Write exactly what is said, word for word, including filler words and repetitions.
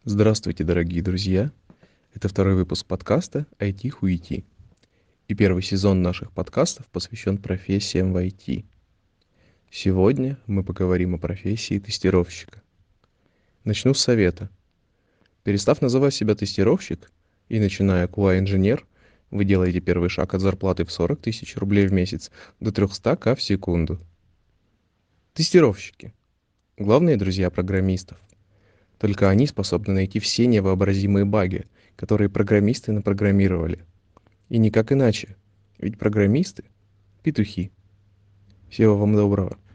Здравствуйте, дорогие друзья! Это второй выпуск подкаста «ай ти-хуити». И первый сезон наших подкастов посвящен профессиям в ай ти. Сегодня мы поговорим о профессии тестировщика. Начну с совета. Перестав называть себя тестировщик и начиная кью эй-инженер, вы делаете первый шаг от зарплаты в сорок тысяч рублей в месяц до триста тысяч в секунду. Тестировщики. Главные друзья программистов. Только они способны найти все невообразимые баги, которые программисты напрограммировали. И никак иначе, ведь программисты — петухи. Всего вам доброго.